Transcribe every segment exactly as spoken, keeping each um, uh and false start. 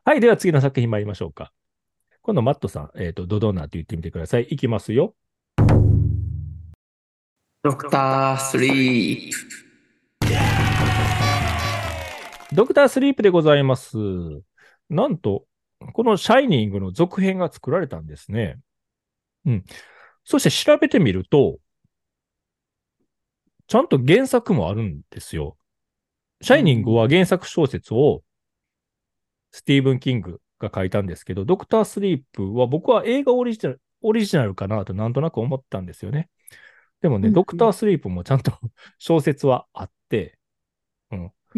はい。では次の作品参りましょうか。今度マットさん、えっと、ドドナーって言ってみてください。いきますよ。 ドクタースリープ。 ドクタースリープでございます。なんと、このシャイニングの続編が作られたんですね。うん。そして調べてみると、ちゃんと原作もあるんですよ。シャイニングはうん。 原作小説をスティーブン・キングが書いたんですけど、ドクタースリープは僕は映画オリジナル、オリジナルかなとなんとなく思ったんですよね。でもね、ドクターうん。 スリープもちゃんと小説はあって、うん。 うん。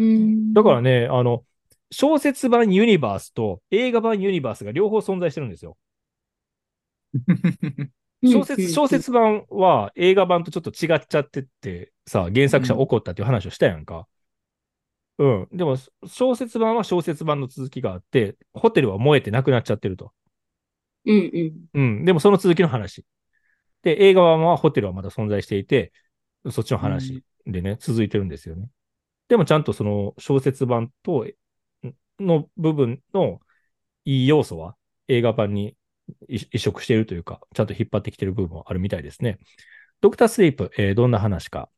だからね、あの、小説版ユニバースと映画版ユニバースが両方存在してるんですよ。 うん。 小説、小説版は映画版とちょっと違っちゃってってさ、原作者うん。 怒ったっていう話をしたやんか。うん。でも、小説版は小説版の続きがあって、ホテルは燃えてなくなっちゃってると。 うん。 うん。でもその続きの話。で、映画版はホテルはまだ存在していて、そっちのうん。 話でね、続いてるんですよね。でもちゃんとその小説版との部分のいい要素は映画版に移植しているというか、ちゃんと引っ張ってきている部分もあるみたいですね。ドクタースリープ、えーどんな話か、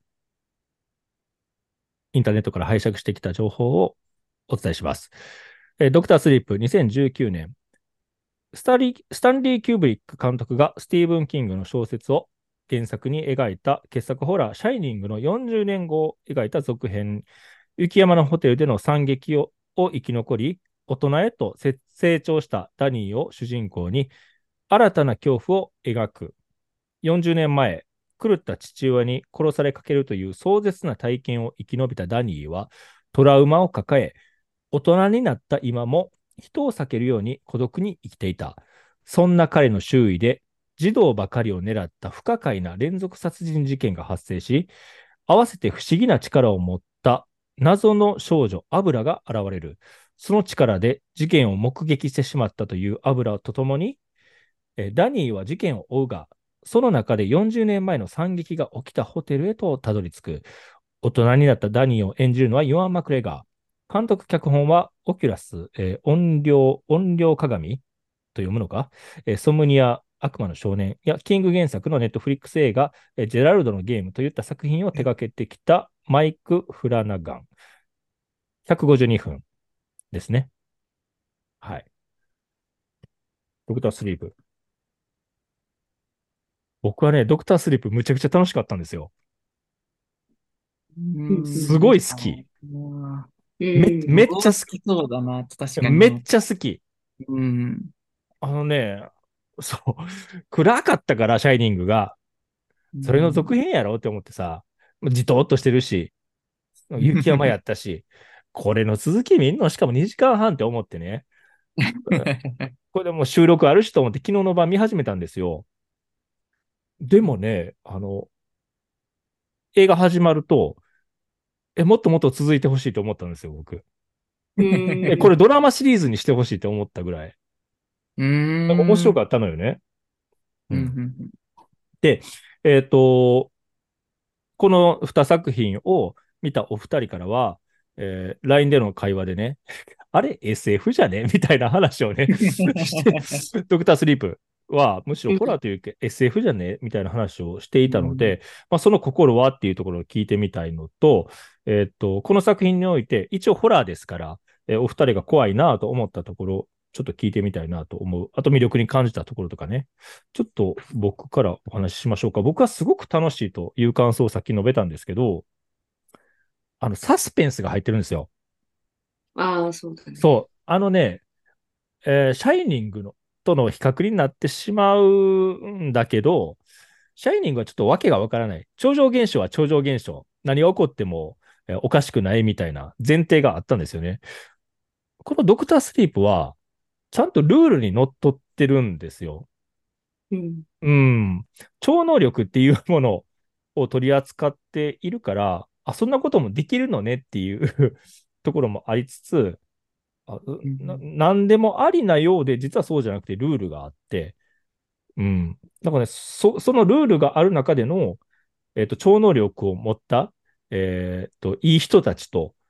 インターネットから拝借してきた情報をお伝えします。えードクタースリープにせんじゅうきゅうねん、スタリスタンリー・キューブリック監督がスティーブン・キングの小説を原作に描いた傑作ホラー、シャイニングのよんじゅうねんごを描いた続編、雪山のホテルでの惨劇をを生き残り、大人へと成長したダニーを主人公に、新たな恐怖を描く。よんじゅうねんまえ、狂った父親に殺されかけるという壮絶な体験を生き延びたダニーは、トラウマを抱え、大人になった今も人を避けるように孤独に生きていた。そんな彼の周囲で児童ばかりを狙った不可解な連続殺人事件が発生し、合わせて不思議な力を持った謎の少女アブラが現れる。その力で事件を目撃してしまったというアブラとともに、ダニーは事件を追うが、その中でよんじゅうねんまえの惨劇が起きたホテルへとたどり着く。大人になったダニーを演じるのはヨアン・マクレガー。監督、脚本はオキュラス、えー音量、音量鏡と読むのか、えーソムニア、悪魔の少年やキング原作のネットフリックス映画、えージェラルドのゲームといった作品を手掛けてきたマイク・フラナガン。ひゃくごじゅうにふんですね。はい。ドクタースリープ。僕はね、ドクタースリープむちゃくちゃ楽しかったんですよ。 うすごん。あい好き。 のうめ、めん。 っちゃ好き。 好きそうだな、確かに。 めっちゃ好き。 うん。 あのね、そう、暗かったから、シャイニングが。 うそれの続ん。 編やろって思ってさ、じとっとしてるし、雪山やったし、これの続き見んのしかもにじかんはんって思ってね。これでもう収録あるしと思って昨日の晩見始めたんですよ。でもね、あの、映画始まると、え、もっともっと続いてほしいと思ったんですよ、僕。 うえ、これん。 ドラマシリーズにしてほしいと思ったぐらい。 うなんか面ん。うん。 白かったのよね。ううん。 ん。 で、えっと、このに作品を見たお二人からは、えー ライン での会話でね、あれ エスエフ じゃねみたいな話をねして、ドクタースリープはむしろホラーというか エスエフ じゃねみたいな話をしていたので、まあ、その心はっていうところを聞いてみたいのと、えーっと、この作品において一応ホラーですから、えーお二人が怖いなと思ったところ、ちょっと聞いてみたいなと思う。あと魅力に感じたところとかね。ちょっと僕からお話ししましょうか。僕はすごく楽しいという感想をさっき述べたんですけど、あの、サスペンスが入ってるんですよ。 ああ、そうだね。 そう。あのね、えーシャイニングのとの比較になってしまうんだけど、シャイニングはちょっとわけがわからない。超常現象は超常現象。何が起こっても、えーおかしくないみたいな前提があったんですよね。このドクタースリープは、ちゃんとルールにのっとってるんですよ。 うん。 うん。超能力っていうものを取り扱っているから、あ、そんなこともできるのねっていうところもありつつ、あうな、 うん。 なんでもありなようで、実はそうじゃなくてルールがあって、うん。だからね、そ、そのルールがある中での、えっと、超能力を持った、えっと、いい人たちと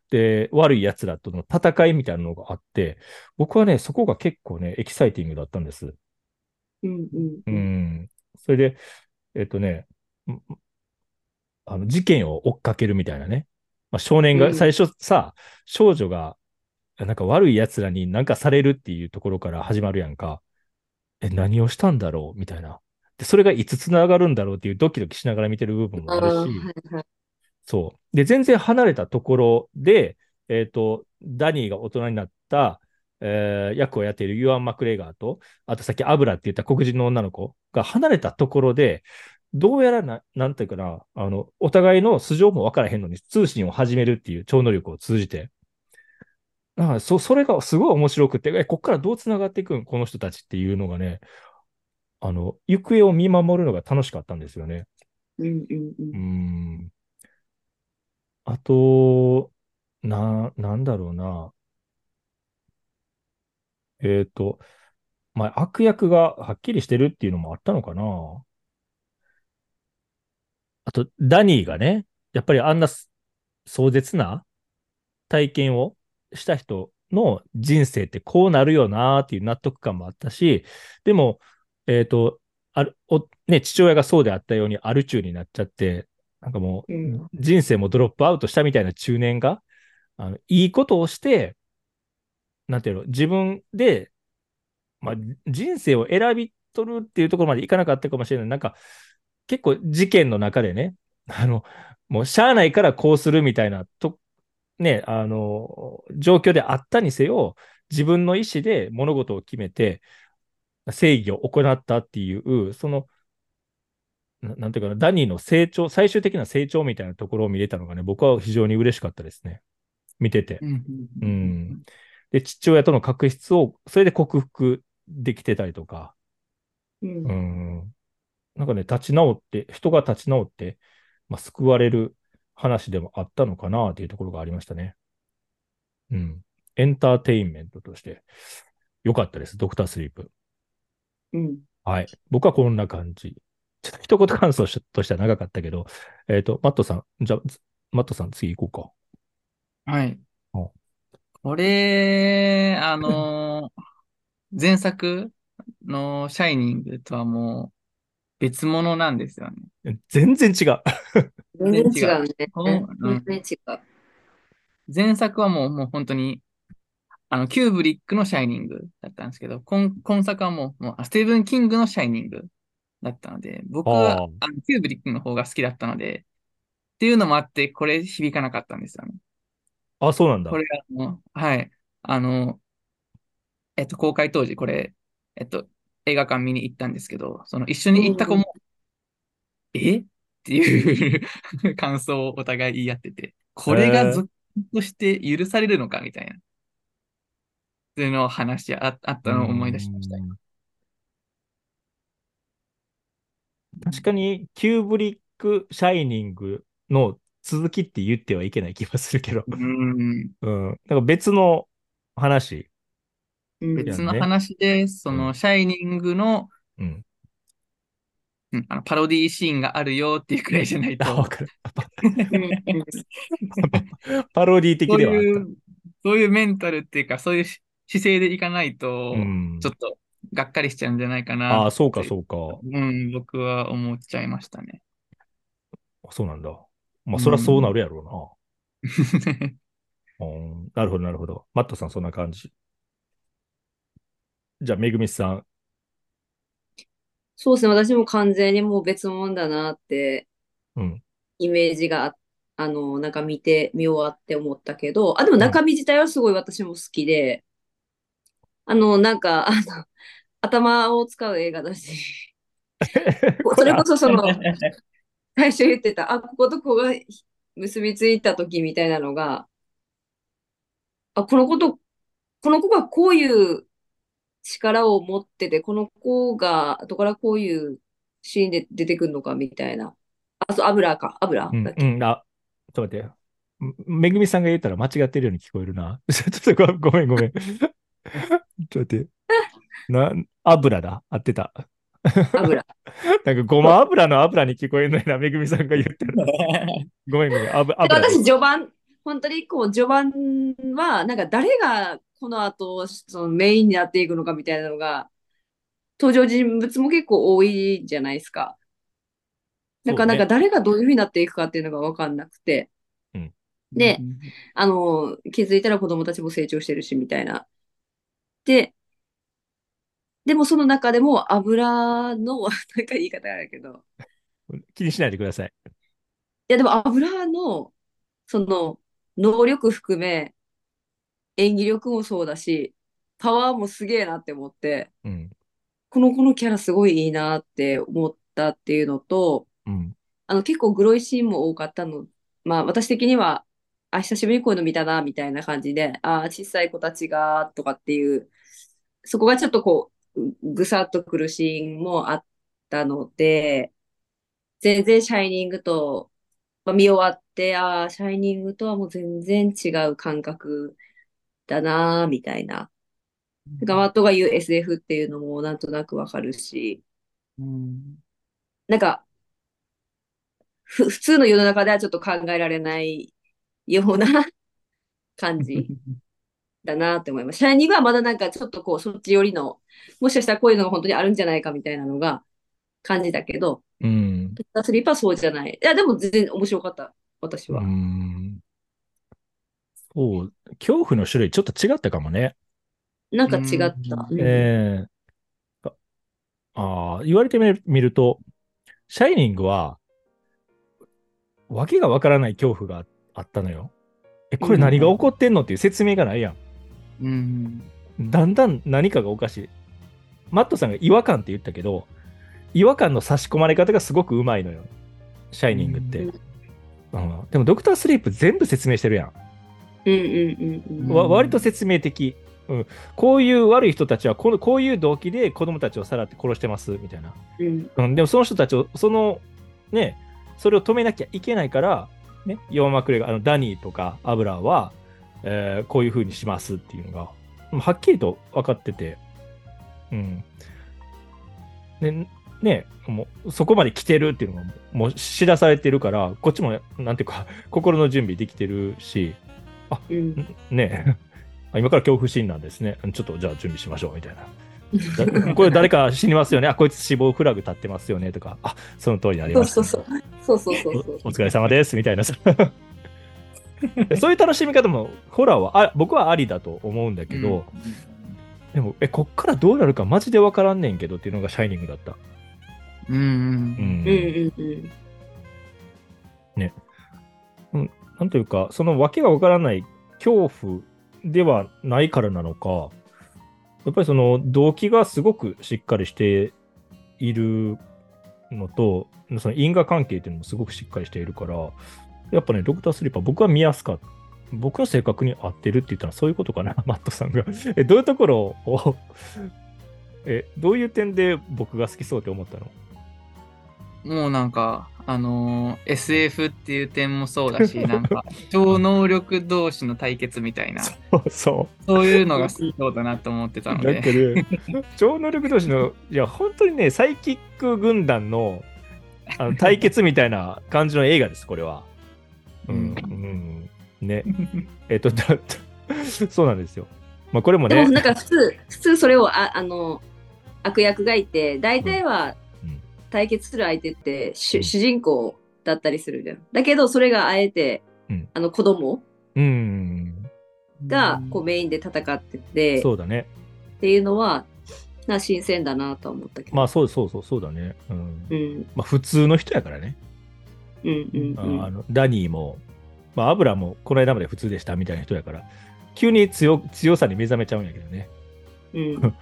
で、悪い奴らとの戦いみたいなのがあって、僕はね、そこが結構ね、エキサイティングだったんです。 うんうんううん。 ん。それで、えっとね、んあの事件を追っかけるみたいなね。まあ、少年が、 うん最初さ、少女が、なんか悪い奴らになんかされるっていうところから始まるやんか。え、何をしたんだろうみたいな。で、それがいつつながるんだろうっていうドキドキしながら見てる部分もあるああ、はし、 いはい。 そう。で、全然離れたところで、えっと、ダニーが大人になった、えー役をやっているユアン・マクレガーと、あとさっきアブラって言った黒人の女の子が離れたところで、どうやらな、なんていうかな、あの、お互いの素性も分からへんのに通信を始めるっていう超能力を通じて、だからそ、それがすごい面白くて、え、こっからどう繋がっていくん、この人たちっていうのがね、あの、行方を見守るのが楽しかったんですよね。 うんうんううーん。 ん。あと、な、なんだろうな。えっと、まあ、悪役がはっきりしてるっていうのもあったのかな。あと、ダニーがね、やっぱりあんなす壮絶な体験をした人の人生ってこうなるよなっていう納得感もあったし、でも、えっと、ある、お、ね、父親がそうであったようにアル中になっちゃって、なんかもううん人生もドロップアウトしたみたいな中年が、あの、いいことをして、なんていうの、自分で、まあ、人生を選び取るっていうところまでいかなかったかもしれない。なんか、結構事件の中でね、あの、もうしゃあないからこうするみたいなと、ね、あの、状況であったにせよ、自分の意思で物事を決めて、正義を行ったっていう、その、ななんていうかな、ダニーの成長、最終的な成長みたいなところを見れたのがね、僕は非常に嬉しかったですね。見てて。 うんうんうん。 うんうんで、父親との確執を、それで克服できてたりとか、ううん。 ん。なんかね、立ち直って、人が立ち直って、まあ、救われる話でもあったのかなっていうところがありましたね。うん。エンターテインメントとして良かったです。ドクタースリープ。 うん。 はい。僕はこんな感じ。ちょっと一言感想としては長かったけど、えっと、マットさん、じゃあ、つマットさん次行こはい。 うか。 これ、あの、前作のシャイニングとはもう別物なんですよね。 うん全然違う。 全全然違う。 然違うね。 こ本ううん、 当に違う。 前作はもう、もう本当に、あの、キューブリックのシャイニングだったんですけど、今、今作はもう、もうあスティーブン・キングのシャイニングだったので、僕はああのキューブリックの方が好きだったので、っていうのもあって、これ響かなかったんですよね。 あ。あ、そうなんだ。 これが、あのはい。あの、えっと、公開当時、これ、えっと、映画館見に行ったんですけど、その一緒に行った子うん。 も、えっていう感想をお互い言い合ってて、 へこれがえ。 続として許されるのかみたいな、そういうのを話しあ、あっうーたのを思い出しました。 ん。確かに、キューブリック・シャイニングの続きって言ってはいけない気がするけど、 うん。 うん。なんか別の話や別のんね。 話で、その、 うん。 シャイニングの、 うん。 うん、あのパロディーシーンがあるよっていうくらいじゃないあ、わと、 かる。 うんうんパロディ的そうではあった。 いう、そういうメンタルっていうか、そういうし姿勢でいかないうと、ちょん。 っとがっかりしちゃうんじゃないかなああ、 っそうか、 て、 そうか。 うん、僕は思っちゃいましたね。 そうなんだ。まあ、 うそりゃそうなん。 るやろうな。うん。なるほど、なるほど。マットさん、そんな感じ。じゃあ、めぐみさん。 そうですね。私も完全にもう別物だなってうん。 イメージがあ、あの、なんか見て、見終わって思ったけど、あ、でもうん。 中身自体はすごい私も好きで、あの、なんか、あの、頭を使う映画だし、 これ、 それこあ、 そその、最初言ってた、あ、こことここが結びついた時みたいなのが、あ、このこと、この子がこういう力を持ってて、この子が後からこういうシーンで出てくるのかみたいな。あ、そう、油か。油うん、 だっけ。 うん、あ、ちょっと待って。めぐみさんが言ったら間違ってるように聞こえるな。ちょっとごごめん、ごめん。ちょっと待って。な、油だ。合ってた。 油。 なんかごそう。 ま油の油に聞こえるのにな、めぐみさんが言ったら。ごめん、ごめん。あぶ、 で、私、 油です。 序盤、 本当にこう序盤は、なんか誰がこの後、そのメインになっていくのかみたいなのが、登場人物も結構多いじゃないですか。だからなんかそうね。 誰がどういうふうになっていくかっていうのが分かんなくて。 うん。 で、あの、気づいたら子供たちも成長してるし、みたいな。で、でもその中でも油の、なんか言い方あるけど、 気にしないでください。 いやでも油の、その、能力含め、演技力もそうだし、パワーもすげえなって思って、 うん。 この子のキャラすごいいいなって思ったっていうのと、 うん。 あの結構グロいシーンも多かったの。まあ私的には、あ、久しぶりにこういうの見たな、みたいな感じで、あ、小さい子たちが、とかっていう、そこがちょっとこう、ぐさっとくるシーンもあったので、全然シャイニングと、まあ、見終わって、ああ、シャイニングとはもう全然違う感覚だな、みたいな。ガワットが言う エスエフ っていうのもなんとなくわかるし、 うん。 なんか、ふ、普通の世の中ではちょっと考えられないような感じだなって思います。シャイニングはまだなんかちょっとこう、そっち寄りの、もしかしたらこういうのが本当にあるんじゃないかみたいなのが感じだけど、 うん。 ドクタースリーパーはそうじゃない。いや、でも全然面白かった、私うは。 ん。そう。恐怖の種類ちょっと違ったかもね。 なんか違うんった。うん。 ええああー、言われてみるみると、シャイニングは、わけがわからない恐怖があったのよ。え、これ何が起こってんのっていう説明がないやん。 うん。 だんだん何かがおかしい。マットさんが違和感って言ったけど、違和感の差し込まれ方がすごくうまいのよ。シャイニングって。 うんうん、でも、ドクタースリープ全部説明してるやん。 うんうんうんわ割と説明的、うん。こういう悪い人たちはこの、こういう動機で子供たちをさらって殺してます、みたいな。 うんうん、でもその人たちを、その、ね、それを止めなきゃいけないから、ね、ヨアマクレが、あのダニーとかアブラーは、えーこういう風にしますっていうのが、もうはっきりと分かってて、うん。ね、ね、もうそこまで来てるっていうのがもう知らされてるから、こっちも、なんていうか、心の準備できてるし、あ、 うんね、あ今から恐怖シーンなんですね。ちょっとじゃあ準備しましょうみたいな。だこれ誰か死にますよね。あ、こいつ死亡フラグ立ってますよねとか、あ、その通りになりました、 そうそうそう。そうそうそうそうお。お疲れ様ですみたいなさ。そういう楽しみ方もホラーはあ僕はありだと思うんだけど、でもえこっからどうなるかマジで分からんねんけどっていうのがシャイニングだった。 うん。うん。 うんうんうんうん。 ね、うん、なんというかその訳が分からない恐怖ではないからなのか、やっぱりその動機がすごくしっかりしているのと、その因果関係っていうのもすごくしっかりしているから、やっぱね、ドクタースリーパー僕は見やすかった。僕の性格に合ってるって言ったらそういうことかな、マットさんが。え、どういうところを、え、どういう点で僕が好きそうって思ったの？ もうなんか、あのー エスエフ っていう点もそうだし、なんか、超能力同士の対決みたいな、 そうそそういうのが好きそうだなと思ってたう。 のなんかで。 ね、超能力同士の、いや、本当にね、サイキック軍団のあの対決みたいな感じの映画です、これは。うん、うん、ね。えっと、だそうなんですよ。まあ、これもね。 でもなんか普通、普通それをああの悪役がいて、大体はうん対決する相手って主,、 うん主人公だったりするじゃん。だけどそれがあえて、 うんあの子供うん、 がこうメインで戦ってて、 そうだね。 っていうのは、な新鮮だなと思ったけど。 まあ、そうそうそう、そうだね。うんうんまあ、普通の人やからね。 うんうんうん。 あのダニーも、まあ、アブラもこの間まで普通でしたみたいな人やから、急に 強, 強さに目覚めちゃうんやけどね。 うん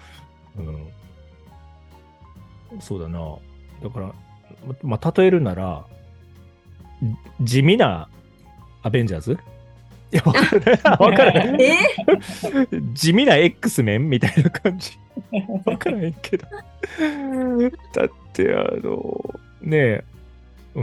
うん、そうだな。だから、まあ、例えるなら、地味なアベンジャーズいや、わからない。わからない。 え地味な X メンみたいな感じ。わからへんけど。だって、あの、ねえ、うん、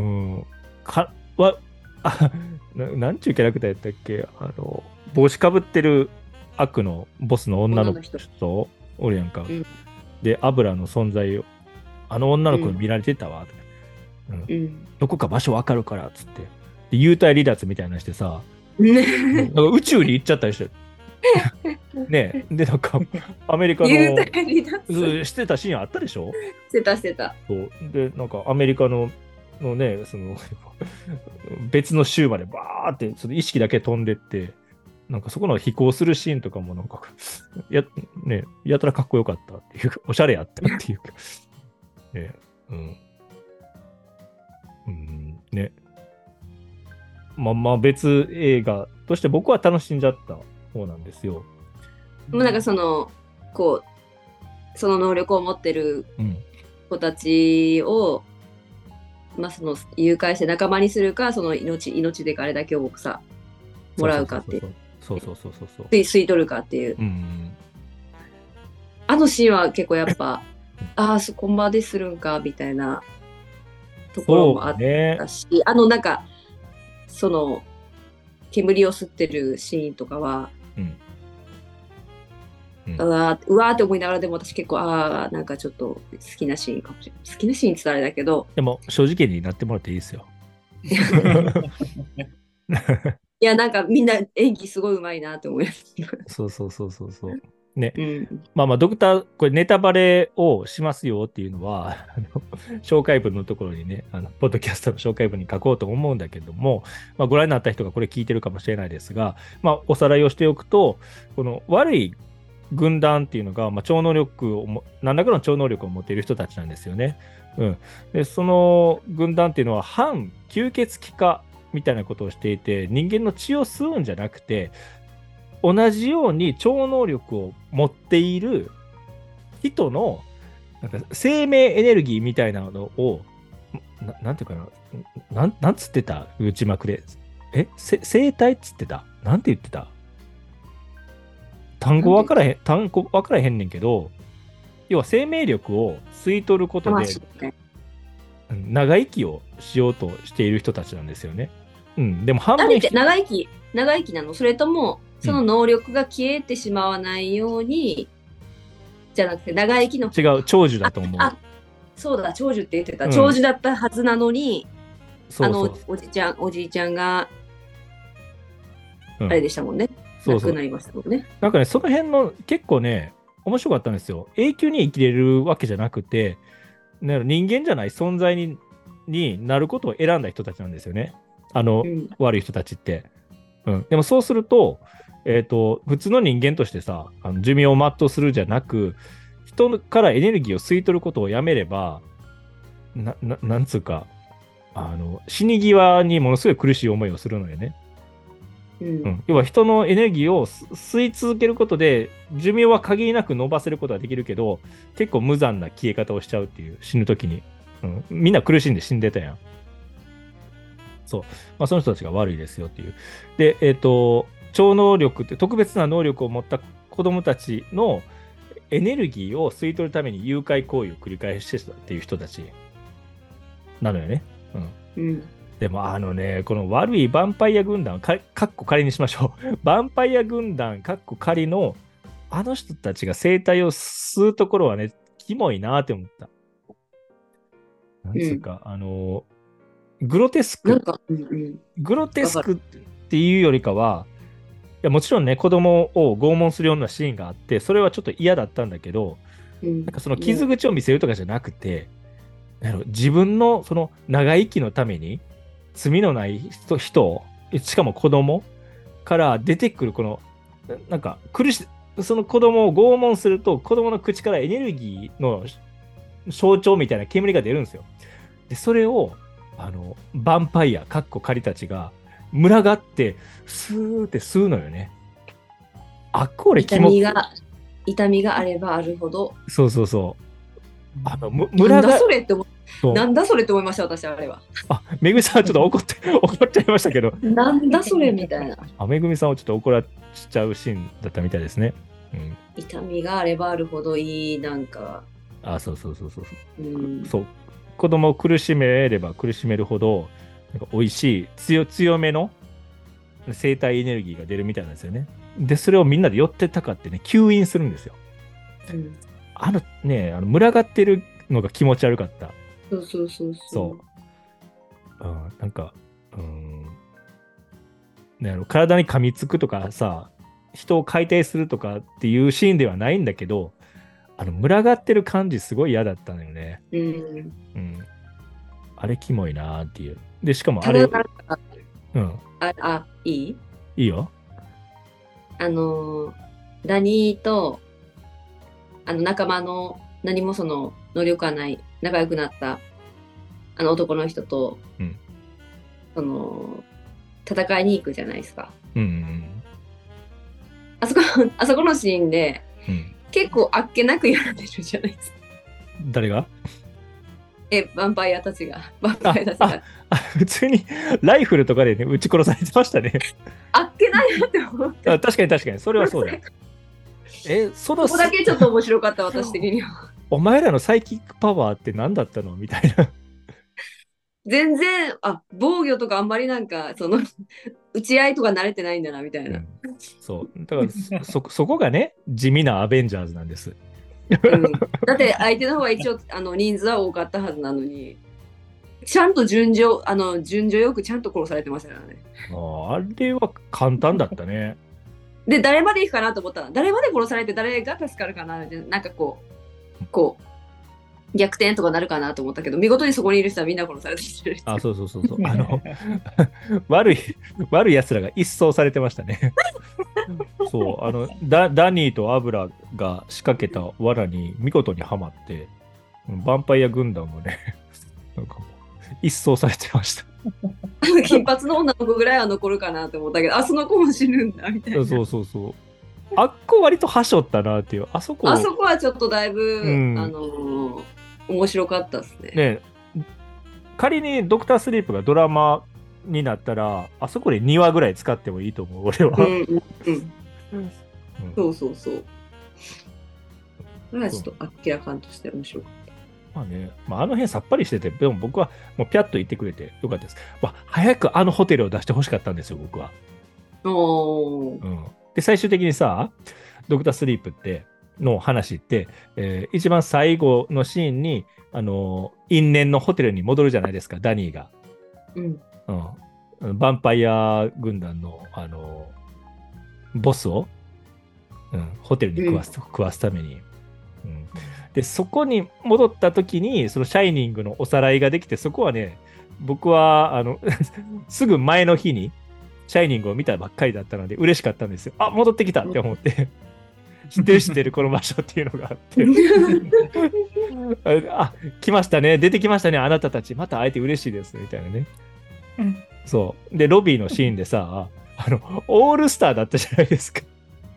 か、わ、あ、ななんちゅうキャラクターやったっけあの、帽子かぶってる悪のボスの女の女の人人おるやんか。 んで、アブラの存在を、あの女の子に見られてたわ、とかうんうんどこか場所わかるから、つって。で、幽体離脱みたいなのしてさ、 ねなんか宇宙に行っちゃったりしてる。ねで、なんか、アメリカの、 幽体離脱うんしてたシーンあったでしょ。 してたしてた。 そうで、なんかアメリカの、のね、その、別の州までバーって、その意識だけ飛んでって、なんかそこの飛行するシーンとかもなんか、や、ね、やたらかっこよかったっていうか、おしゃれやったっていうか、ね、うん。うん、ね。まあまあ別映画として僕は楽しんじゃった方なんですよ。 もうなんかその、こう、その能力を持ってるうん。 子たちを、まあその誘拐して仲間にするか、その命、命であれだけをさ、もらうかっていう。 そうそうそうそうそう。 吸い吸い取るかっていう。 うん。 あのシーンは結構やっぱ、ああ、そこまでするんか、みたいなところもあっね。 たし、あのなんか、その、煙を吸ってるシーンとかは、 うん。うんうわーうわーって思いながら、でも私結構、ああ、なんかちょっと好きなシーンかもしれない。好きなシーンって言ったらあれだけど、 でも正直になってもらっていいですよ。 いや、なんかみんな演技すごいうまいなって思います。 そうそうそうそうそう。ね。 うん。 まあまあ、ドクター、これネタバレをしますよっていうのは、あの紹介文のところにね、あの、ポッドキャストの紹介文に書こうと思うんだけども、まあ、ご覧になった人がこれ聞いてるかもしれないですが、まあ、おさらいをしておくと、この悪い軍団っていうのが、まあ、超能力をも、何らかの超能力を持っている人たちなんですよね。うん。で、その軍団っていうのは、反吸血鬼化みたいなことをしていて、人間の血を吸うんじゃなくて、同じように超能力を持っている人のなんか生命エネルギーみたいなのを、ななんていうかな、なん、なんつってた内幕で。えせ生体っつってたなんて言ってた単語分からへん、単語分からへんねんけど、要は生命力を吸い取ることで魂みたいうん長生きをしようとしている人たちなんですよね。うん、でも半な。あれって分ひ長生き、長生きなの？それとも、その能力が消えてしまわないように、じゃなくて、長生きの。 違う、長寿だと思う。 あ、あそうだ、長寿って言ってた。 うん長寿だったはずなのに、 そうそうあの、おじちゃん、おじいちゃんが、 うんあれでしたもんね。 そうそう亡くなりましたもんね。 なんかね、その辺の結構ね、面白かったんですよ。永久に生きれるわけじゃなくて、なんか人間じゃない存在にになることを選んだ人たちなんですよね。あの、 うん。 悪い人たちって。うん。でもそうすると、えっと、普通の人間としてさ、あの寿命を全うするじゃなく、人からエネルギーを吸い取ることをやめれば、な、ななんつうか、あの、死に際にものすごい苦しい思いをするのよね。 う。 うんん、要は人のエネルギーを吸吸い続けることで寿命は限りなく伸ばせることはできるけど結構無残な消え方をしちゃうっていう死ぬ時に、うん、みんな苦しんで死んでたやん。そう、まあ、その人たちが悪いですよっていう。で、えっ、と超能力って特別な能力を持った子供たちのエネルギーを吸い取るために誘拐行為を繰り返してたっていう人たちなのよね。うんうん。 でもあのね、この悪いヴァンパイア軍団、かかっこ仮にしましょう。ヴァンパイア軍団、かっこ仮の、あの人たちが生態を吸うところはね、キモいなって思った。なんつうか、あの、グロテスク、 なんか、うんうん。 グロテスクっていうよりかは、いやもちろんね、子供を拷問するようなシーンがあって、それはちょっと嫌だったんだけど、 うんなんかその傷口を見せるとかじゃなくて、なんやろ自分のその長生きのために、罪のない人、人しかも子供から出てくるこの、ななんか苦し、その子供を拷問すると、子供の口からエネルギーの象徴みたいな煙が出るんですよ。で、それを、あの、ヴァンパイア、かっこ仮たちが、群がって、スーって吸うのよね。あ、これ気痛も、 みが、痛みがあればあるほど、 そうそうそう。あの、むなんだ群が、 それって思う、 そうなんだそれって思いました、私、あれは。 あ、めぐみさんちょっと怒って、怒っちゃいましたけど、 なんだそれみたいな。 あめぐみさんをちょっと怒らしちゃうシーンだったみたいですね。うん。 痛みがあればあるほどいい、なんか、 あ、そうそうそうそうそう。 うん。 そう。子供を苦しめれば苦しめるほど、なんか美味しい、強強めの生体エネルギーが出るみたいなんですよね。で、それをみんなで寄ってたかってね、吸引するんですよ。 うんあのね、あの群がってるのが気持ち悪かった。 そうそうそうそう。うん、なんか、うん。 ね、あの体に噛みつくとかさ、人を解体するとかっていうシーンではないんだけど、あの群がってる感じすごい嫌だったのよね。 うん。 うん。あれキモいなーっていう。で、しかもあたれ、 だなんか、 うん、 あ、あ、いいいいよ。 あのー、ダニーと、あの仲間の何もその能力がない仲良くなったあの男の人と、 うん、 その戦いに行くじゃないですか。 うん、うんあそこ、あそこのシーンでうん、 結構あっけなくやられるじゃないですか。 誰がえ、ヴァンパイアたちが、ヴァンパイアたちあが。 あ普通にライフルとかでね、撃ち殺されてましたね。 あっけないなって思って。 あ確かに確かに、それはそうだ。え、そのここだけちょっと面白かった、私的には。 お前らのサイキックパワーって何だったのみたいな。 全然、あ、防御とかあんまりなんか、その、打ち合いとか慣れてないんだな、みたいな。 うん、そう。だからそ、そこがね、地味なアベンジャーズなんです。 うん、だって相手の方が一応あの人数は多かったはずなのに、ちゃんと順序、あの順序よくちゃんと殺されてましたからね。 ああれは簡単だったね。 で、誰まで行くかなと思ったら、誰まで殺されて誰が助かるかなって、なんかこう、こう、逆転とかなるかなと思ったけど、見事にそこにいる人はみんな殺されてる。 あ、そうそうそうそう。あの、悪い、悪い奴らが一掃されてましたね。そう、あの、ダ、ダニーとアブラが仕掛けた罠に見事にはまって、ヴァンパイア軍団もね、なんかもう、一掃されてました。 金髪の女の子ぐらいは残るかなと思ったけど、あ、その子も死ぬんだみたいな。 そうそうそう。あっこ割とはしょったなっていう、あそこ。 あそこはちょっとだいぶ、 うん、 あのー、面白かったですね。 ね、仮にドクタースリープがドラマになったら、あそこでにわぐらい使ってもいいと思う、俺は。 うんうんうん。 うん、 そうそうそう。それはちょっとあっけらかんとして面白かった。 まあね、まあ、あの辺さっぱりしてて、でも僕はもうピャッと言ってくれてよかったです。まあ、早くあのホテルを出してほしかったんですよ、僕は。 おー。 うん、で、最終的にさ、ドクタースリープっての話って、えー一番最後のシーンに、あのー因縁のホテルに戻るじゃないですか、ダニーが。 うん。 うん、ヴァンパイア軍団の、あのーボスを、うん、ホテルに食わす、食わすために。うん、で、そこに戻った時に、そのシャイニングのおさらいができて、そこはね、僕は、あの、すぐ前の日に、シャイニングを見たばっかりだったので、嬉しかったんですよ。あ、戻ってきたって思って、知ってる知ってるこの場所っていうのがあって、あ、来ましたね、出てきましたね、あなたたち、また会えて嬉しいです、みたいなね。 うん、 そう。で、ロビーのシーンでさ、あの、オールスターだったじゃないですか。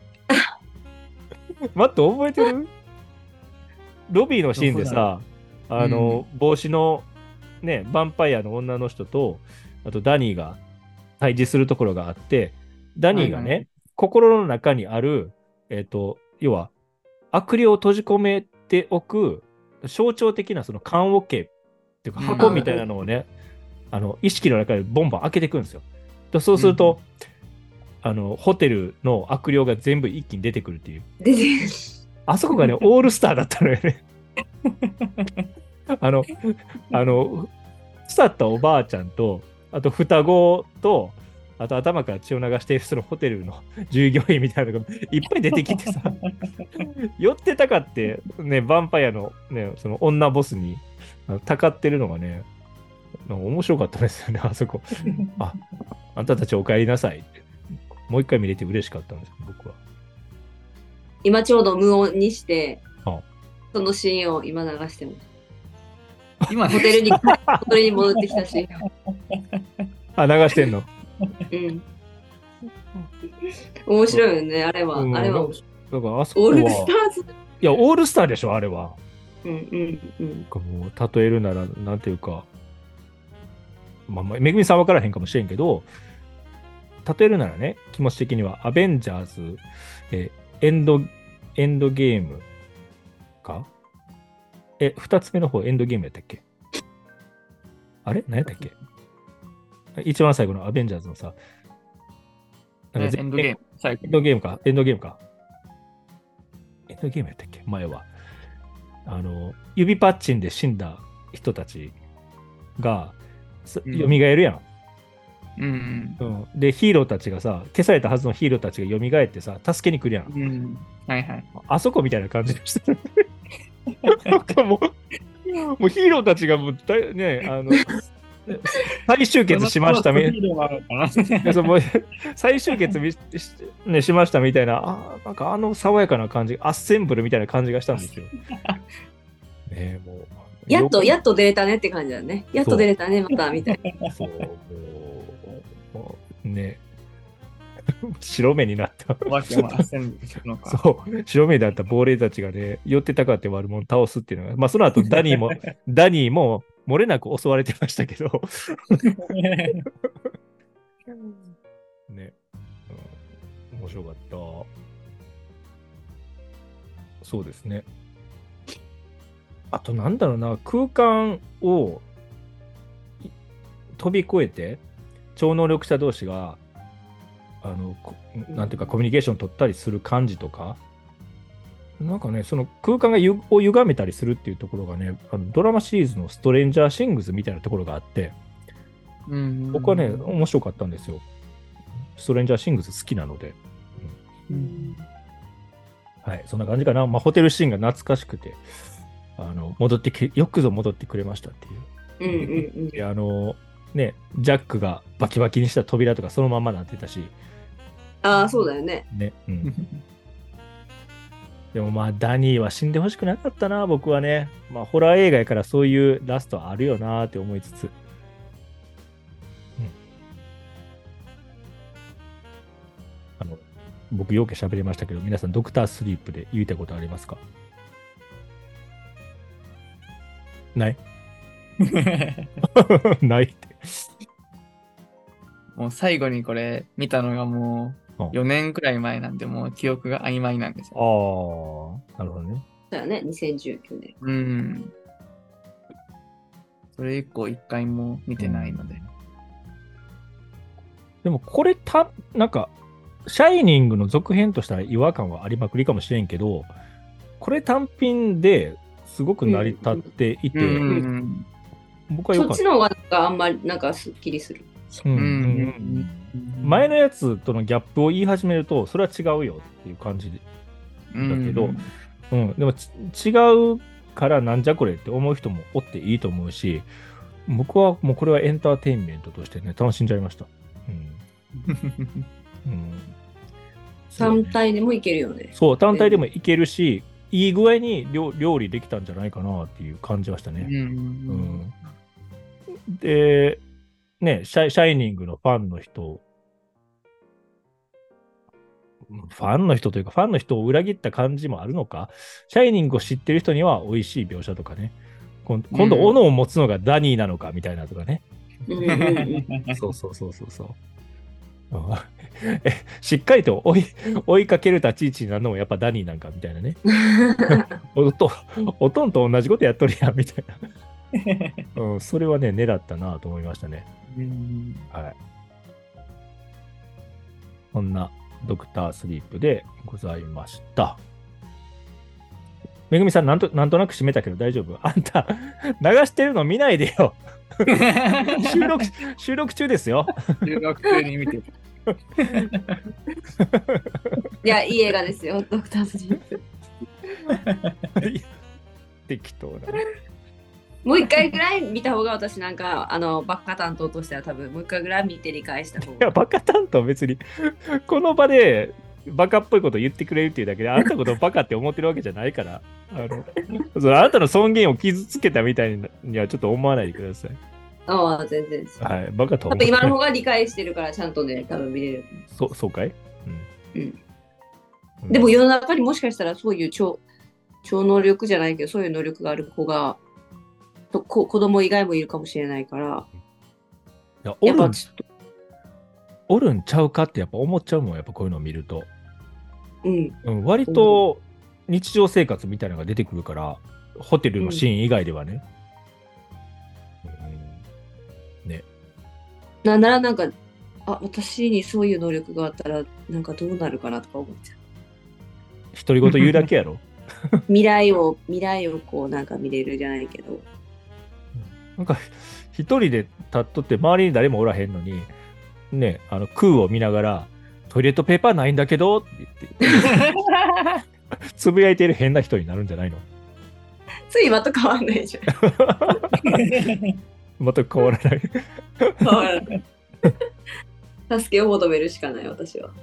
待って、覚えてるロビーのシーンでさ、あの、うん、帽子のね、ヴァンパイアの女の人と、あとダニーが対峙するところがあって、ダニーがね、はいはい、心の中にある、えっと、要は、悪霊を閉じ込めておく象徴的なその棺桶っていうか箱みたいなのをね、うん、あの意識の中でボンボン開けていくんですよ。とそうすると、うん、あのホテルの悪霊が全部一気に出てくるっていう。 出てあそこがね、オールスターだったのよね。あの、あの、腐ったおばあちゃんと、あと双子と、あと頭から血を流しているそのホテルの従業員みたいなのがいっぱい出てきてさ、寄ってたかって、ね、ヴァンパイアの、ね、その女ボスにたかってるのがね、なんか面白かったですよね、あそこ。あ、あんたたちお帰りなさいって。もう一回見れて嬉しかったんです僕は。 今ちょうど無音にして、 ああそのシーンを今流してます。今ホテルにホテルに戻ってきたシーン。 あ、流してんの。 うん。面白いよね、あれは。うん、あれは。 だからあそこは。 オールスターズ。 いや、オールスターでしょ、あれは。 うんうんうん。 もう例えるなら、なんていうか、まあ、めぐみさん分からへんかもしれんけど、例えるならね、気持ち的には、アベンジャーズ、えエンド、エンドゲームかえ、二つ目の方、エンドゲームやったっけあれ何やったっけ一番最後のアベンジャーズのさ、 なんかエンドゲーム。 エンドゲームか、エンドゲームか。エンドゲームやったっけ前は。あの、指パッチンで死んだ人たちが、よみがえるやん。 うんうん、で、ヒーローたちがさ、消されたはずのヒーローたちが蘇ってさ、助けに来るやん。 うん。うん。はいはい。 あそこみたいな感じでしたね。なんかもう、もうヒーローたちがもうだい、ね、あの、再集結しましたみ、 そのもあるかな。 でその再集結みし,、ね、しましたみたいな、あなんかあの爽やかな感じ、アッセンブルみたいな感じがしたんですよ。ねもうやっと、やっと、 と出れたねって感じだね。やっと出れたね、また、みたいな。 そう、もう、もうね、白目になった。 お化けもアッセンブルするのか。 そう、白目だった亡霊たちがね、寄ってたかって悪者を倒すっていうのが、まあその後ダニーも、ダニーも漏れなく襲われてましたけど、ね、うん、面白かった。そうですね。あとなんだろうな、空間をい飛び越えて、超能力者同士が、あの、こなんていうかコミュニケーション取ったりする感じとか、なんかね、その空間がゆを歪めたりするっていうところがね、あのドラマシリーズのストレンジャーシングスみたいなところがあって、 うん僕はね、面白かったんですよ。ストレンジャーシングス好きなので。 うんはい、そんな感じかな。まあ、ホテルシーンが懐かしくて、あの、戻ってき、よくぞ戻ってくれましたっていう。 うんうんうん。 であの、ね、ジャックがバキバキにした扉とかそのままなってたし、 ああ、そうだよね。 ね、うん。でもまあ、ダニーは死んでほしくなかったな、僕はね。まあ、ホラー映画やからそういうラストあるよなって思いつつ。うん。あの、僕、よく喋りましたけど、皆さん、ドクタースリープで言いたいことありますか？ないないって。 もう最後にこれ見たのがもううんよねんくらい前なんで、もう記憶が曖昧なんですあよ。 あ、なるほどね。 そうだね、にせんじゅうきゅうねん。 うん。それ以降一回も見てないので。 でも、これた、なんか、シャイニングの続編としたら違和感はありまくりかもしれんけど、これ単品ですごく成り立っていて、 うん。 僕はよかった。 そっちの方がなんかあんまりなんかすっきりする。 うんうんうん前のやつとのギャップを言い始めると、それは違うよっていう感じで。 うんだけどうん、でもち違うからなんじゃこれって思う人もおっていいと思うし、僕はもうこれはエンターテインメントとしてね、楽しんじゃいました。うんうんそうね単体でもいけるよね。 そう、単体でもいけるし、いい具合に料料理できたんじゃないかなっていう感じましたね。 うんうんで、ね、シャイ、シャイニングのファンの人、ファンの人というか、ファンの人を裏切った感じもあるのか、シャイニングを知ってる人には美味しい描写とかね、今今度、 うん斧を持つのがダニーなのかみたいなとかね。 うんうんうん。 そうそうそうそうそう。うんえしっかりと追い追いかける立ち位置になるのもやっぱダニーなんかみたいなね。おとおとんと同じことやっとるやんみたいな。うん、それはね、狙ったなと思いましたね。 うんはい。そんなドクタースリープでございました。めぐみさんなんと、なんとなく締めたけど大丈夫？あんた、流してるの見ないでよ。収録、収録中ですよ。 留学中に見てた。 いや、いい映画ですよ、ドクタースリープ。 適当な。 もう一回ぐらい見た方が私なんか、あの、バカ担当としては多分、もう一回ぐらい見て理解した方いや、 が。 バカ担当別に、この場でバカっぽいこと言ってくれるっていうだけで、あんたのことをバカって思ってるわけじゃないから、あの、そのあなたの尊厳を傷つけたみたいにはちょっと思わないでください。 ああ、全然です。 はい、バカとは思多ってない分今の方が理解してるから、ちゃんとね、多分見れる。 そそうかい、 うん。 うんでも世の中にもしかしたらそういう超、超能力じゃないけど、そういう能力がある子が、とこ子供以外もいるかもしれないから、 いやおるんやっぱちょっと、 おるんちゃうかってやっぱ思っちゃうもん、やっぱこういうのを見ると。 うん。 うん、割と日常生活みたいなのが出てくるから、ホテルのシーン以外ではね。うんね。 なんならなんか、あ、私にそういう能力があったら、なんかどうなるかなとか思っちゃう。 独り言言うだけやろ。 未来を、未来をこうなんか見れるじゃないけど。 なんか一人で立っとって周りに誰もおらへんのに、 ね、あの空を見ながら、トイレットペーパーないんだけどって言って、つぶやいている変な人になるんじゃないの？ つい今と変わんないじゃん。 全く変わらない。 変わらない。助けを求めるしかない、私は。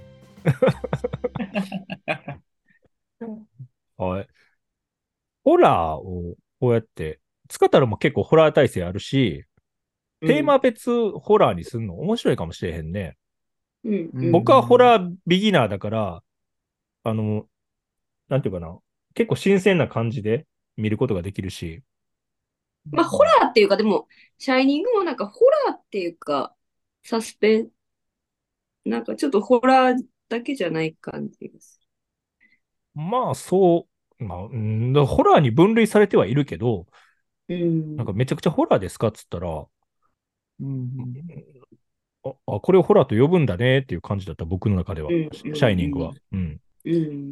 はい。ホラーをこうやって、使ったらも結構ホラー体制あるし、テーマ別ホラーにするの面白いかもしれへんね。 うんうん僕はホラービギナーだから、あの、なんていうかな、結構新鮮な感じで見ることができるし、 まあ、ホラーっていうか、でも、シャイニングもなんかホラーっていうか、サスペン、なんかちょっとホラーだけじゃない感じです。 まあそう、まあ、うんだホラーに分類されてはいるけど、 うん。 なんかめちゃくちゃホラーですかっつったら、 うんあ、あこれをホラーと呼ぶんだねっていう感じだった、僕の中では、 うんシャイニングは。うん。 うん。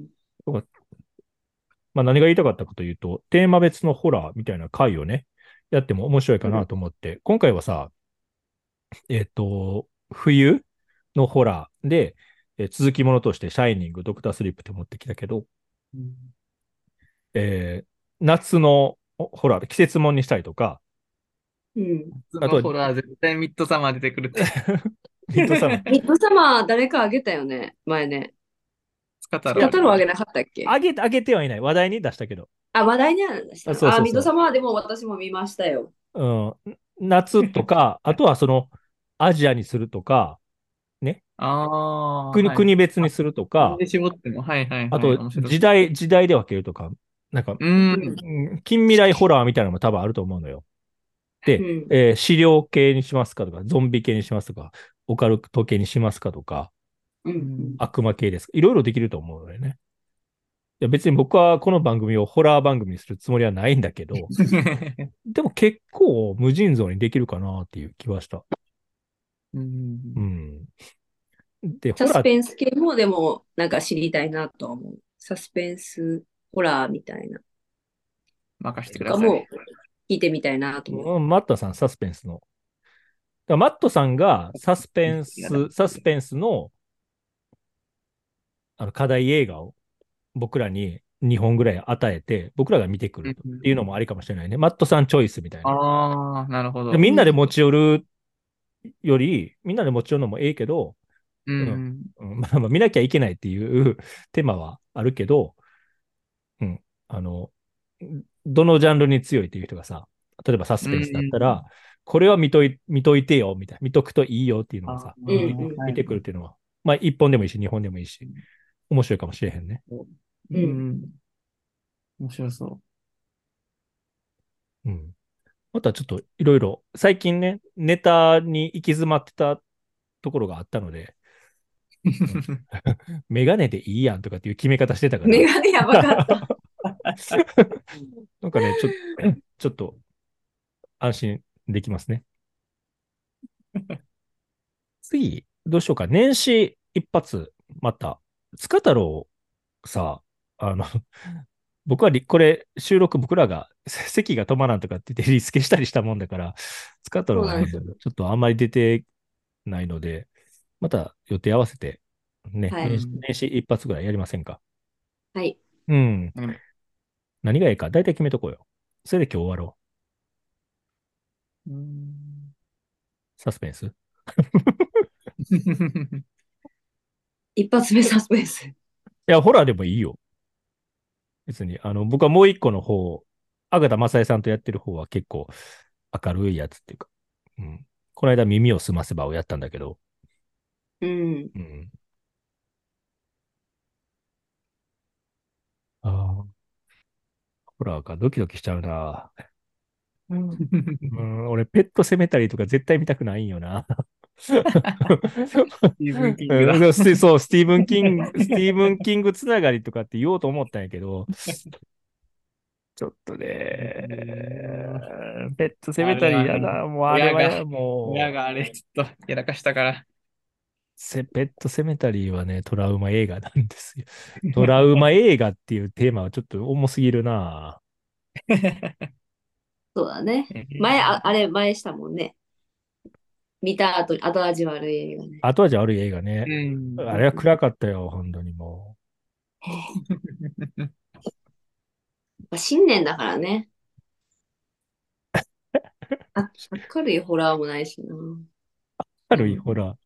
だからまあ、何が言いたかったかというと、テーマ別のホラーみたいな回をね、やっても面白いかなと思って、今回はさ、えっと、冬のホラーで、えー続きものとして、シャイニング、ドクタースリップって持ってきたけど、 うんえー夏のホラー、季節もんにしたりとか、 うん。 あとは、 そのホラー絶対ミッドサマー出てくるって。 ミッドサマー。 ミッドサマー誰かあげたよね、前ね。スカスカ太郎。 太郎あげなかったっけ？ あげ、あげてはいない。話題に出したけど。 あ、話題にはなりましあ、 た。あ、ミッドそうそうそサマーでも私も見ましたよ。 う。うん。夏とか、あとはその、アジアにするとか、ね。 ああ、 国、 はい。 国別にするとか、 国で絞っても、はいはいはい。 あと、 面白い。 時代、時代で分けるとか、なんか、 うーん。 うん近未来ホラーみたいなのも多分あると思うのよ。で、 うん。 えー資料系にしますかとか、ゾンビ系にしますとか、オカルト系にしますかとか、 う。 うんん悪魔系ですか。いろいろできると思うのよね。いや別に僕はこの番組をホラー番組にするつもりはないんだけど、でも結構無尽蔵にできるかなっていう気はした。ううんん。で、ホサスラー、 ペンス系もでもなんか知りたいなとは思う。サスペンスホラーみたいな。 任せてください。 とかも聞いてみたいなと思う。 うんマットさんサスペンスの。だからマットさんがサスペンス、サスペンスのあの課題映画を僕らににほんぐらい与えて、僕らが見てくるっていうのもありかもしれないね。マットさんチョイスみたいな。 ああ、なるほでど。 みんなで持ち寄るより、みんなで持ち寄るのもええけど、 ううんん。 うんまあ、まあ見なきゃいけないっていうテーマはあるけど、うん、あの、どのジャンルに強いっていう人がさ、例えばサスうペンスだったら、 ん。 これは見とい見といてよ、みたいな、見とくといいよっていうのをあさ、 あ、 うん見うん見てはい。 くるっていうのは、まあ、いっぽんでもいいし、にほんでもいいし、面白いかもしれへんね。 ううん。 ん。面白そうん。またちょっといろいろ、最近ね、ネタに行き詰まってたところがあったので、 う。 うん、メガネでいいやんとかっていう決め方してたから、 メガネやばかった。 なんかね、ちょ、ちょっと安心できますね。次、どうしようか。年始一発、また、塚太郎さ、あの、僕はリこれ、収録僕らが席が止まらんとかって言ってリスケしたりしたもんだから、塚太郎がね、 そうなんですよ。 ちょっとあんまり出てないので、また予定合わせて、ね、 はい。 年始ん。 年始一発ぐらいやりませんか？ はい。 うん。 うん何がいいか、だいたい決めとこうよ。それで今日終わろうんう。サスペンス。 一発目サスペンス。 いや、ホラーでもいいよ。別に。あの、僕はもう一個の方、アガ田正恵さんとやってる方は結構明るいやつっていうか、うん。この間耳をすませばをやったんだけど、 うん。 うん。ああ、ホラーか、ドキドキしちゃうな。うん、うん俺、ペットセメタリーとか絶対見たくないんよな。 スティーブン・キングだ。 うんステそう、スティーブン・キング、スティーブン・キングつながりとかって言おうと思ったんやけど、ちょっとね、ペットセメタあれは、 リーやだ。もうあれ親が、 はや、もう、 親があれ、ちょっとやらかしたから。 セペットセメタリーはね、トラウマ映画なんですよ。トラウマ映画っていうテーマはちょっと重すぎるな。 そうだね。前、 えあ、あれ前したもんね。 見た後に後味悪い映画ね。 後味悪い映画うね。 ん。 あれは暗かったよ、本当にもへえまあ新年だからね。あ、明るいホラーもないしな。 う。軽い、ほら。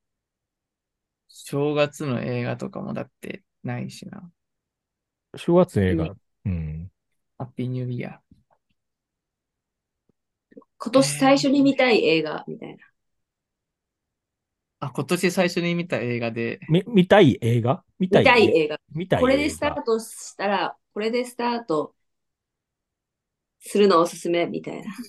正月の映画とかもだってないしな。 正月の映うん画。うん。 ハッピーニューイヤ今ー。 年最えー初に見たい映画みたいな。 あ、今年最初に見た映画で、 み、見たい映画見た見いえたい映画。 見たこれでい映画。 スタートしたら、これでスタートするのおすすめみたいな。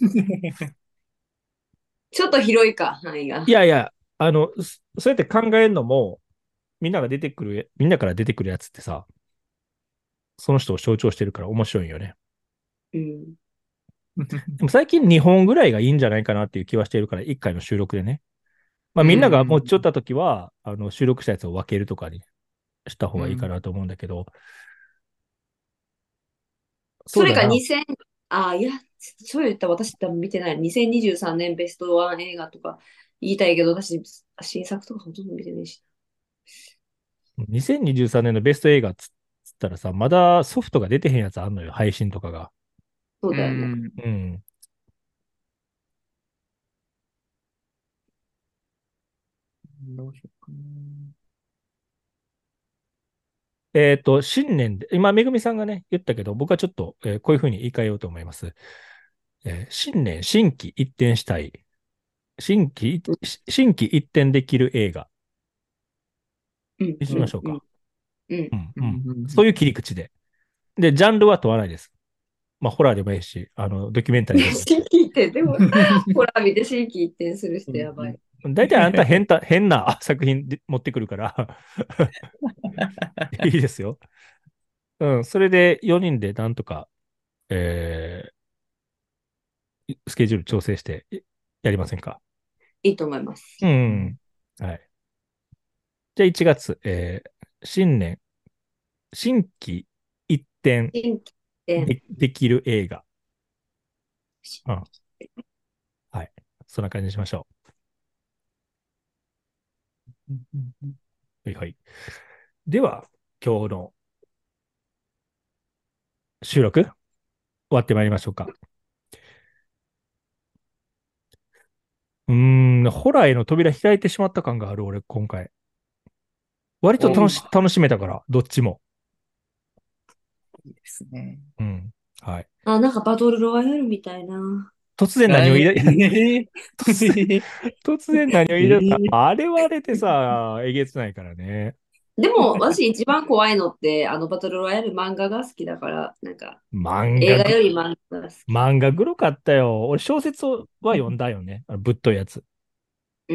ちょっと広いか、範囲が。 いやいや、あの、そそうやって考えるのも、みんなが出てくる、みんなから出てくるやつってさ、その人を象徴してるから面白いよね。 うん。 でも最近にほんぐらいがいいんじゃないかなっていう気はしているから、いっかいの収録でね。まあみんなが持ち寄ったときは、あの収録したやつを分けるとかにした方がいいかなと思うんだけど、そそれかうだな。 にせん、あ、いや、そう言ったら私多分見てない。にせんにじゅうさんねんベストワン映画とか言いたいけど、私、新作とかほとんど見てないし。 にせんにじゅうさんねんのベスト映画っつったらさ、まだソフトが出てへんやつあんのよ、配信とかが。 そううだよね。 ん。 うん。 どうしようかな。 えっと、新年で、今、めぐみさんがね、言ったけど、僕はちょっと、えーこういうふうに言い換えようと思います。えー新年、新規一転したい。新規、 うん、 新規一転できる映画うん、 にしうん、うん。 ましょうか。 うん。 うん、 ううん。 ん。 そういう切り口で。で、ジャンルは問わないです。まあ、ホラーでもいいし、あの、ドキュメンタリーでもいいし。 新規一点、でも、ほら見て新規一点する人やばい。 大体あんた変た変な作品で持ってくるからいいですよ。うん、それでよにんでなんとか、えースケジュール調整してやりませんか？ いいと思います。 うん。はい。じゃあいちがつ、えー新年、新規一点新規一点。 で、できる映画。うん。はい。そんな感じにしましょう。はいはい。では、今日の収録、終わってまいりましょうか。うーん、ホラーへの扉開いてしまった感がある、俺、今回。割と楽し、 お楽しめたから、どっちも。 いいですね。 うん。はい。 あ、なんかバトルロワイヤルみたいな。 突然何を言いだ、 え突然、 ー、 突然何を言い出した。 えーあれはあれでさ、えげつないからね。 でも、私一番怖いのって、あのバトルロワイヤル漫画が好きだから、なんか、 漫画ぐ、 映画より漫画が好き。 漫画グロかったよ。俺小説は読んだよね。あのぶっといやつ。 うん。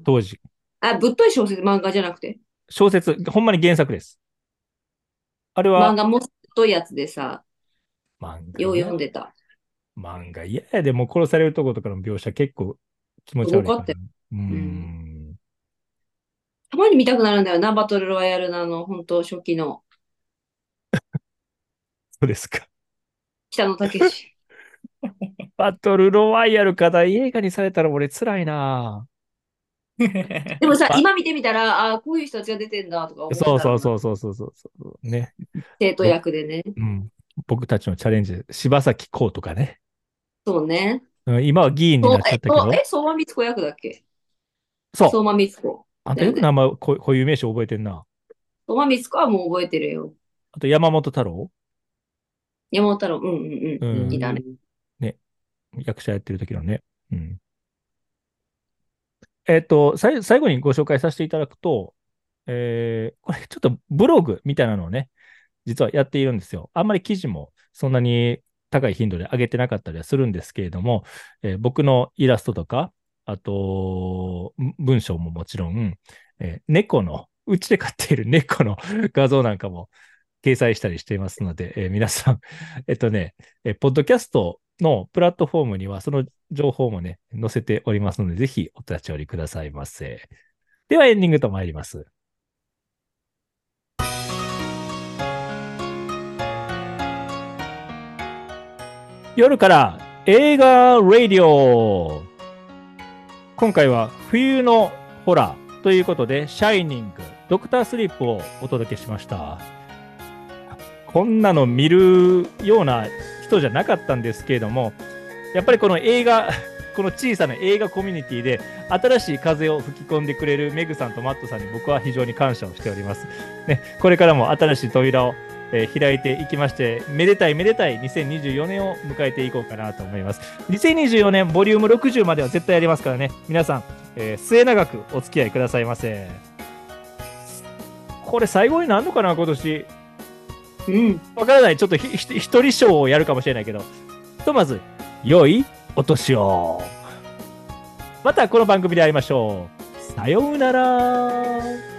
当時。 あ、ぶっとい小説、漫画じゃなくて。 小説、ほんまに原作です。あれは、 漫画もぶっといやつでさ、よう漫画嫌や。 読んでた。 漫画嫌やでも殺されるとことかの描写結構気持すち悪いから。 ごかったよ。 うーうん。 ん。 たまに見たくなるんだよな、バトルロワイヤルのあの、本当初期のそうですか。 北野武。 バトルロワイヤル課題映画にされたら俺辛いなでもさ、 ぁ。 今見てみたら、あこういう人たちが出てんだとかあ、そう思うんだろうな。 そうそうそうそうそうそう。ね。 生徒僕、 役でね。 うん。僕たちのチャレンジ、柴咲コウとかね。 そうね。 うん、今は議員にそう、 なっちゃえ、そう、 ったけど、 え、相馬光子役だっけ？相そう。 馬光子。 あんただよね。 よく名前、こ固有名詞覚えてんな。 相馬光子はもう覚えてるよ。 あと山本太郎。 山本太郎、うんうんううん、いたね。 ん。ね。役者やってる時のね。うん。えっと、さい最後にご紹介させていただくと、えーこれちょっとブログみたいなのをね、実はやっているんですよ。あんまり記事もそんなに高い頻度で上げてなかったりはするんですけれども、えー僕のイラストとか、あと、ん文章ももちろん、えー猫の、うちで飼っている猫の画像なんかも掲載したりしていますので、えー皆さん、えっとね、えーポッドキャストのプラットフォームにはその情報もね、載せておりますので、ぜひお立ち寄りくださいませ。ではエンディングと参ります。夜から映画ラディオ。 今回は冬のホラーということで、シャイニング、ドクタースリープをお届けしました。こんなの見るような人じゃなかったんですけれども、やっぱりこの映画、この小さな映画コミュニティで新しい風を吹き込んでくれるメグさんとマットさんに僕は非常に感謝をしております。ね、これからも新しい扉を、えー開いていきまして、めでたいめでたいにせんにじゅうよねんを迎えていこうかなと思います。にせんにじゅうよねんボリュームろくじゅうまでは絶対やりますからね、皆さん、えー末永くお付き合いくださいませ。これ最後になるのかな、今年。 うん。 わからない。ちょっとひひ一人ショーをやるかもしれないけど。ひとまず、良いお年を。またこの番組で会いましょう。さようなら。